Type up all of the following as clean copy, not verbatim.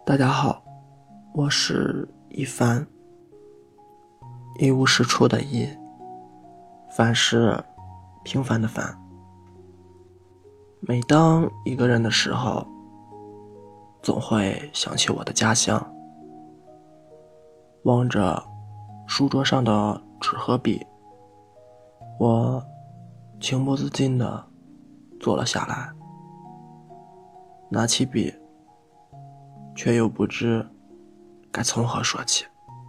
大家好，我是一帆，一无是处的一，凡是平凡的凡。每当一个人的时候，总会想起我的家乡。望着书桌上的纸和笔，我情不自禁地坐了下来，拿起笔，却又不知该从何说起。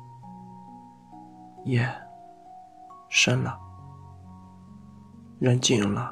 夜深了，人静了，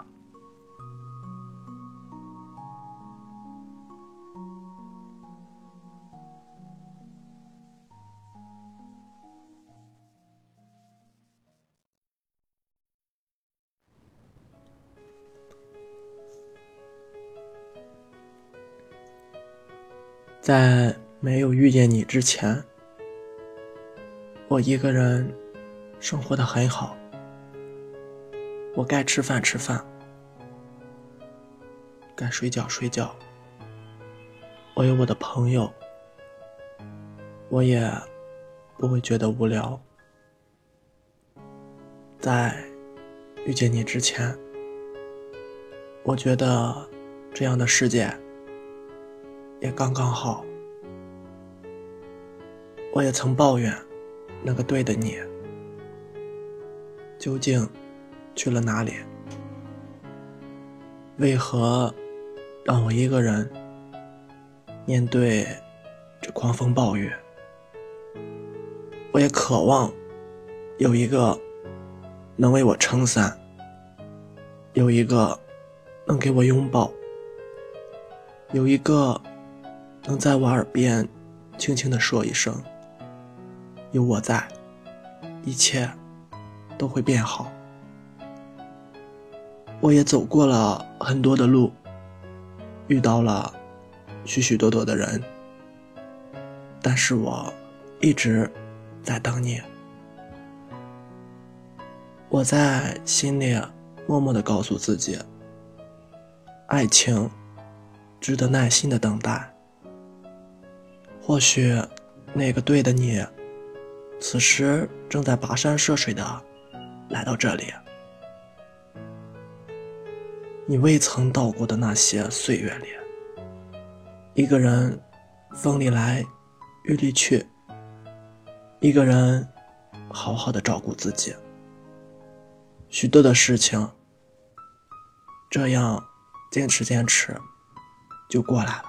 在没有遇见你之前，我一个人生活得很好。我该吃饭吃饭，该睡觉睡觉。我有我的朋友，我也不会觉得无聊。在遇见你之前，我觉得这样的世界也刚刚好。我也曾抱怨那个对的你究竟去了哪里，为何让我一个人面对这狂风暴雨。我也渴望有一个能为我撑伞，有一个能给我拥抱，有一个能在我耳边轻轻地说一声，有我在，一切都会变好。我也走过了很多的路，遇到了许许多多的人，但是我一直在等你。我在心里默默地告诉自己，爱情值得耐心的等待。或许那个对的你此时正在跋山涉水的来到这里，你未曾到过的那些岁月里，一个人风里来雨里去，一个人好好的照顾自己。许多的事情这样坚持就过来了。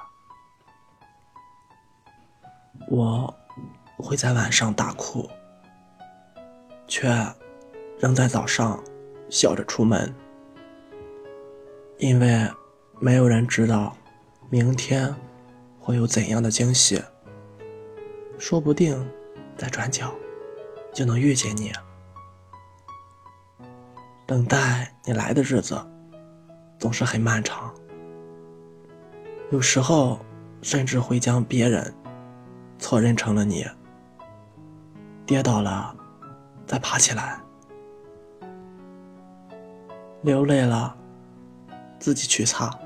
我会在晚上大哭，却仍在早上笑着出门，因为没有人知道明天会有怎样的惊喜，说不定在转角就能遇见你。等待你来的日子总是很漫长，有时候甚至会将别人错认成了你。跌倒了再爬起来，流泪了自己去擦。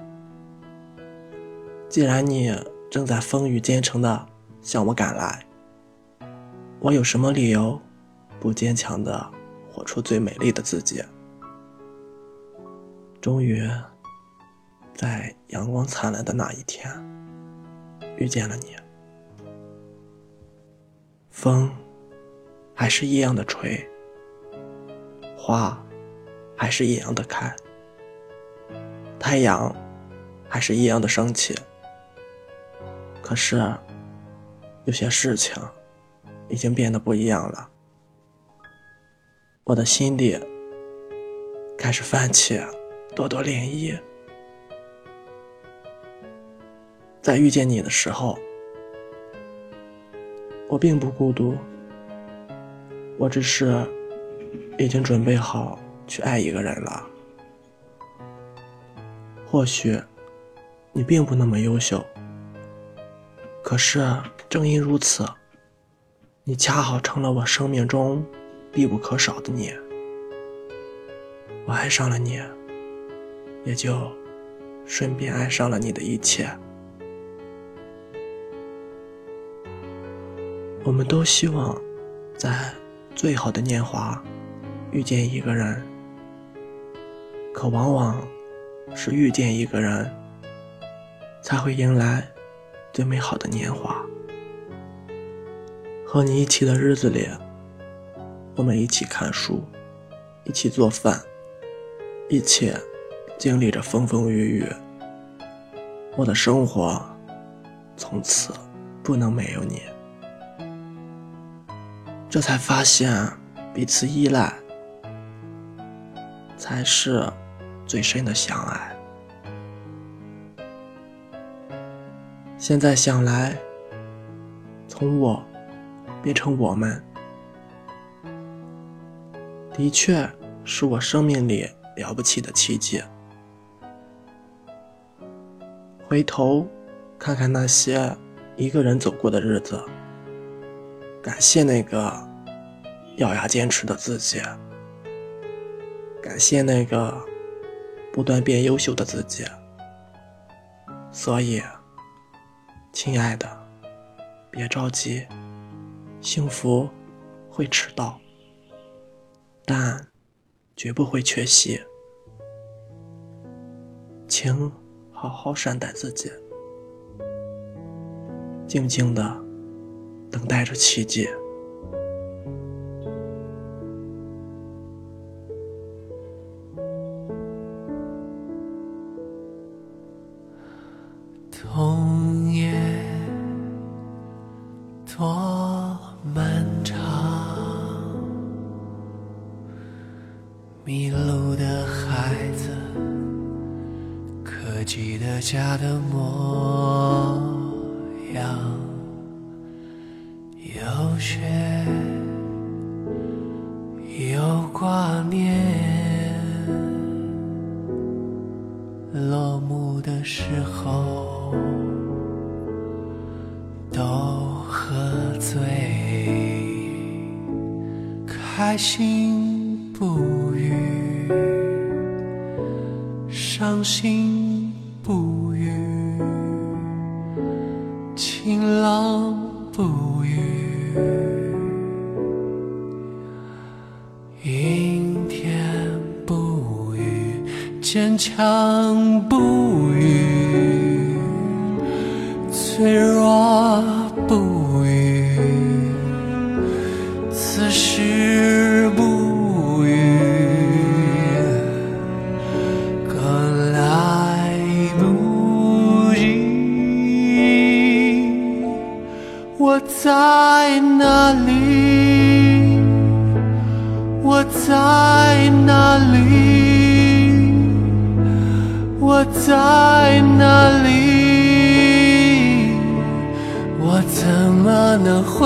既然你正在风雨兼程地向我赶来，我有什么理由不坚强地活出最美丽的自己？终于在阳光灿烂的那一天遇见了你。风还是一样的吹，花还是一样的开，太阳还是一样的升起。可是有些事情已经变得不一样了，我的心里开始泛起朵朵涟漪。在遇见你的时候，我并不孤独，我只是已经准备好去爱一个人了。或许你并不那么优秀，可是正因如此，你恰好成了我生命中必不可少的你。我爱上了你，也就顺便爱上了你的一切。 我们都希望在最好的年华遇见一个人，可往往是遇见一个人才会迎来最美好的年华。和你一起的日子里，我们一起看书，一起做饭，一起经历着风风雨雨。我的生活从此不能没有你。这才发现彼此依赖才是最深的相爱。现在想来，从我变成我们，的确是我生命里了不起的奇迹。回头看看那些一个人走过的日子，感谢那个咬牙坚持的自己，感谢那个不断变优秀的自己。所以，亲爱的，别着急，幸福会迟到，但绝不会缺席。请好好善待自己，静静地等待着奇迹。 冬夜多漫长，迷路的孩子可记得家的模样，有雪有挂念，落幕的时候都喝醉，开心不语，伤心不语，晴朗不语，阴天不语，坚强不语，脆弱不语，此时不语，更来不及。我在哪里？我在哪里？我在哪里？我怎么能回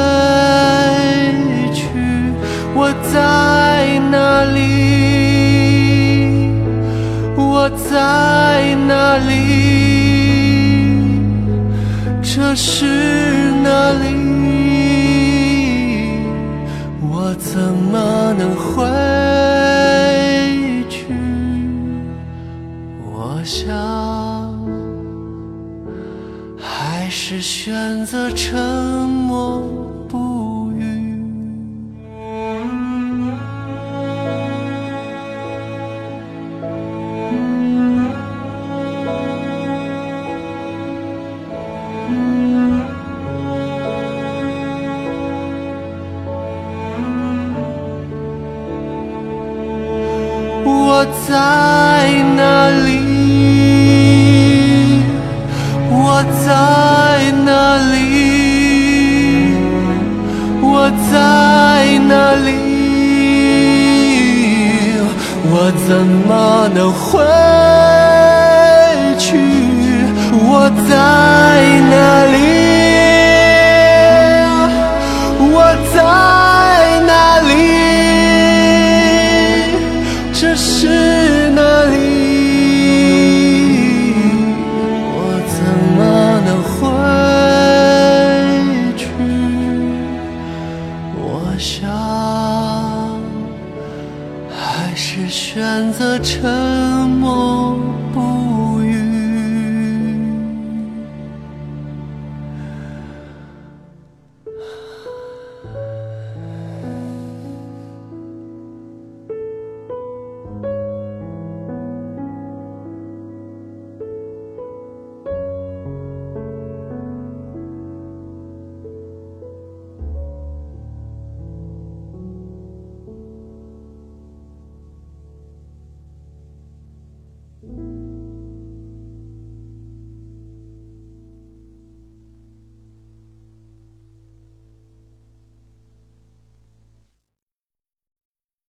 去？我在哪里？我在哪里？这是哪里？我怎么能回去？我想还是选择沉默不语。我在哪里？我在哪里？我在哪里？我怎么能回去？我在哪里？我在哪里？这是哪里？我怎么能回去？我想还是选择沉